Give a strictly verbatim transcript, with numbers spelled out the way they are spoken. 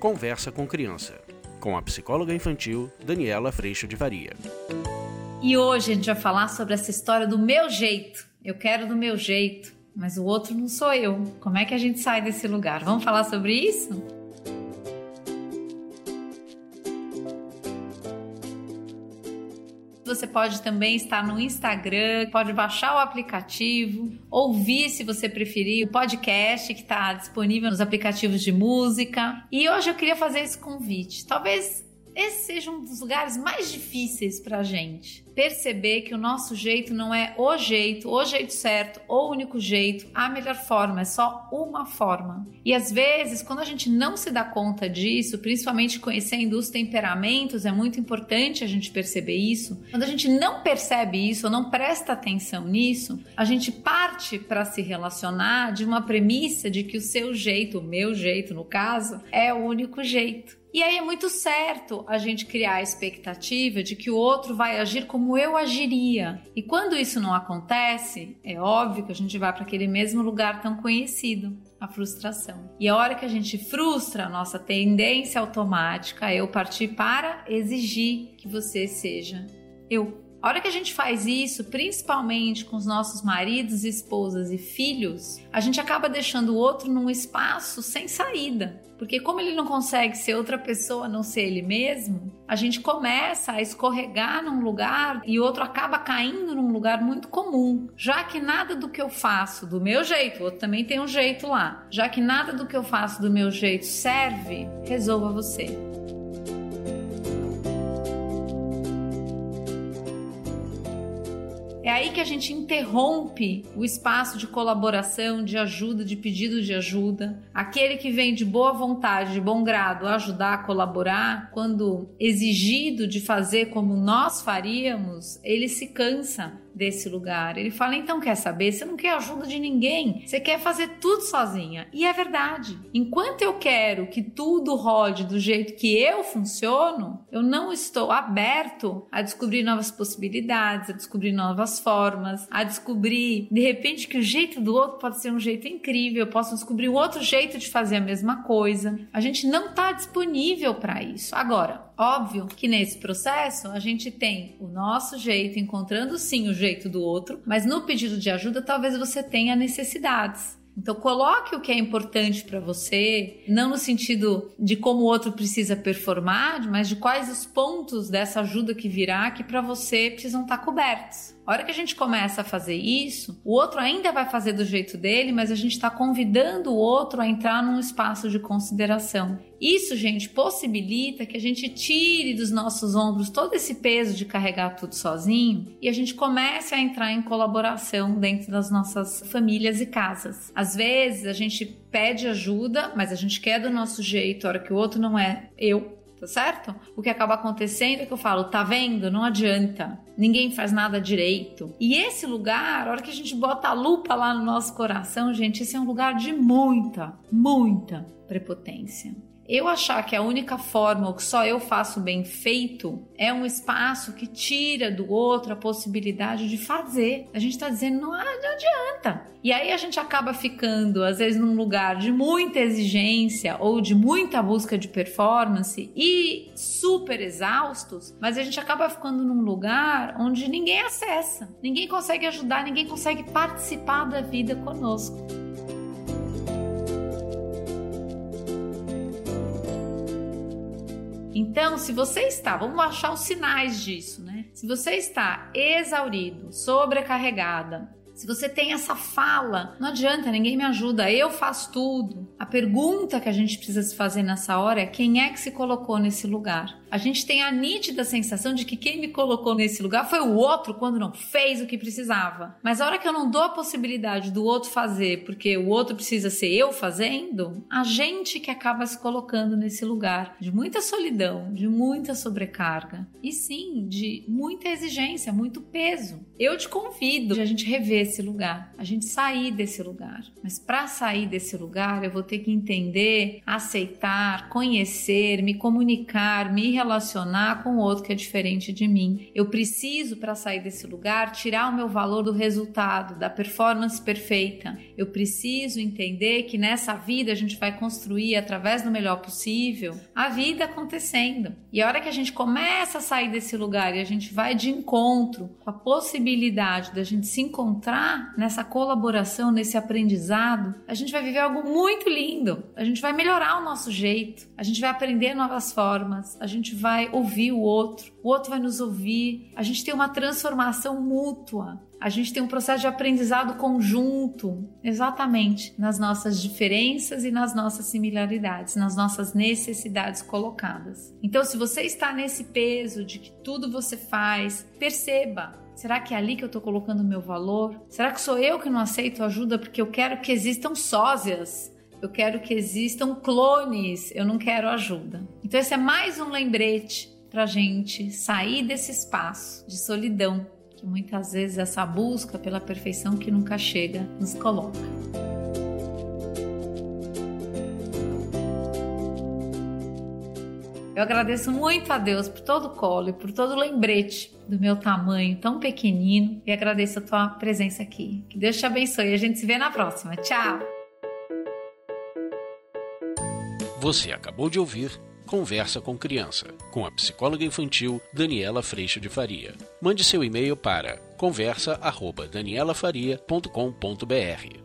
Conversa com Criança, com a psicóloga infantil Daniela Freixo de Varia. E hoje a gente vai falar sobre essa história do meu jeito. Eu quero do meu jeito, mas o outro não sou eu. Como é que a gente sai desse lugar? Vamos falar sobre isso? Você pode também estar no Instagram, pode baixar o aplicativo, ouvir, se você preferir, o podcast que está disponível nos aplicativos de música. E hoje eu queria fazer esse convite. Talvez esse seja um dos lugares mais difíceis para a gente. Perceber que o nosso jeito não é o jeito, o jeito certo, o único jeito, a melhor forma, é só uma forma. E às vezes, quando a gente não se dá conta disso, principalmente conhecendo os temperamentos, é muito importante a gente perceber isso. Quando a gente não percebe isso, ou não presta atenção nisso, a gente parte para se relacionar de uma premissa de que o seu jeito, o meu jeito no caso, é o único jeito. E aí é muito certo a gente criar a expectativa de que o outro vai agir como eu agiria. E quando isso não acontece, é óbvio que a gente vai para aquele mesmo lugar tão conhecido, a frustração. E a hora que a gente frustra, a nossa tendência automática é eu partir para exigir que você seja eu. A hora que a gente faz isso, principalmente com os nossos maridos, esposas e filhos, a gente acaba deixando o outro num espaço sem saída. Porque como ele não consegue ser outra pessoa, a não ser ele mesmo, a gente começa a escorregar num lugar e o outro acaba caindo num lugar muito comum. Já que nada do que eu faço do meu jeito, o outro também tem um jeito lá, já que nada do que eu faço do meu jeito serve, resolva você. É aí que a gente interrompe o espaço de colaboração, de ajuda, de pedido de ajuda. Aquele que vem de boa vontade, de bom grado, ajudar a colaborar, quando exigido de fazer como nós faríamos, ele se cansa desse lugar. Ele fala, então quer saber? Você não quer ajuda de ninguém. Você quer fazer tudo sozinha. E é verdade. Enquanto eu quero que tudo rode do jeito que eu funciono, eu não estou aberto a descobrir novas possibilidades, a descobrir novas formas, a descobrir, de repente, que o jeito do outro pode ser um jeito incrível, eu posso descobrir um outro jeito de fazer a mesma coisa. A gente não está disponível para isso. Agora, óbvio que nesse processo a gente tem o nosso jeito, encontrando sim o jeito do outro, mas no pedido de ajuda talvez você tenha necessidades. Então coloque o que é importante para você, não no sentido de como o outro precisa performar, mas de quais os pontos dessa ajuda que virá que para você precisam estar cobertos. A hora que a gente começa a fazer isso, o outro ainda vai fazer do jeito dele, mas a gente está convidando o outro a entrar num espaço de consideração. Isso, gente, possibilita que a gente tire dos nossos ombros todo esse peso de carregar tudo sozinho e a gente comece a entrar em colaboração dentro das nossas famílias e casas. Às vezes a gente pede ajuda, mas a gente quer do nosso jeito, a hora que o outro não é eu. Tá certo? O que acaba acontecendo é que eu falo, tá vendo? Não adianta. Ninguém faz nada direito. E esse lugar, a hora que a gente bota a lupa lá no nosso coração, gente, esse é um lugar de muita, muita prepotência. Eu achar que a única forma, ou que só eu faço bem feito, é um espaço que tira do outro a possibilidade de fazer. A gente tá dizendo, não, não adianta. E aí a gente acaba ficando, às vezes, num lugar de muita exigência ou de muita busca de performance e super exaustos, mas a gente acaba ficando num lugar onde ninguém acessa, ninguém consegue ajudar, ninguém consegue participar da vida conosco. Então, se você está, vamos achar os sinais disso, né? Se você está exaurido, sobrecarregada, se você tem essa fala, não adianta, ninguém me ajuda, eu faço tudo. A pergunta que a gente precisa se fazer nessa hora é quem é que se colocou nesse lugar? A gente tem a nítida sensação de que quem me colocou nesse lugar foi o outro quando não fez o que precisava. Mas a hora que eu não dou a possibilidade do outro fazer, porque o outro precisa ser eu fazendo, a gente que acaba se colocando nesse lugar de muita solidão, de muita sobrecarga e sim, de muita exigência, muito peso. Eu te convido a gente rever esse lugar, a gente sair desse lugar. Mas para sair desse lugar, eu vou ter que entender, aceitar, conhecer, me comunicar, me relacionar relacionar com o outro que é diferente de mim. Eu preciso, para sair desse lugar, tirar o meu valor do resultado, da performance perfeita. Eu preciso entender que nessa vida a gente vai construir, através do melhor possível, a vida acontecendo. E a hora que a gente começa a sair desse lugar e a gente vai de encontro com a possibilidade da gente se encontrar nessa colaboração, nesse aprendizado, a gente vai viver algo muito lindo. A gente vai melhorar o nosso jeito, a gente vai aprender novas formas, a gente vai ouvir o outro, o outro vai nos ouvir, a gente tem uma transformação mútua, a gente tem um processo de aprendizado conjunto, exatamente nas nossas diferenças e nas nossas similaridades, nas nossas necessidades colocadas. Então, se você está nesse peso de que tudo você faz, perceba, será que é ali que eu estou colocando o meu valor? Será que sou eu que não aceito ajuda porque eu quero que existam sósias? Eu quero que existam clones, eu não quero ajuda. Então esse é mais um lembrete para a gente sair desse espaço de solidão, que muitas vezes essa busca pela perfeição que nunca chega nos coloca. Eu agradeço muito a Deus por todo o colo e por todo o lembrete do meu tamanho tão pequenino e agradeço a tua presença aqui. Que Deus te abençoe e a gente se vê na próxima. Tchau! Você acabou de ouvir Conversa com Criança, com a psicóloga infantil Daniela Freixo de Faria. Mande seu e-mail para conversa arroba daniela faria ponto com ponto br.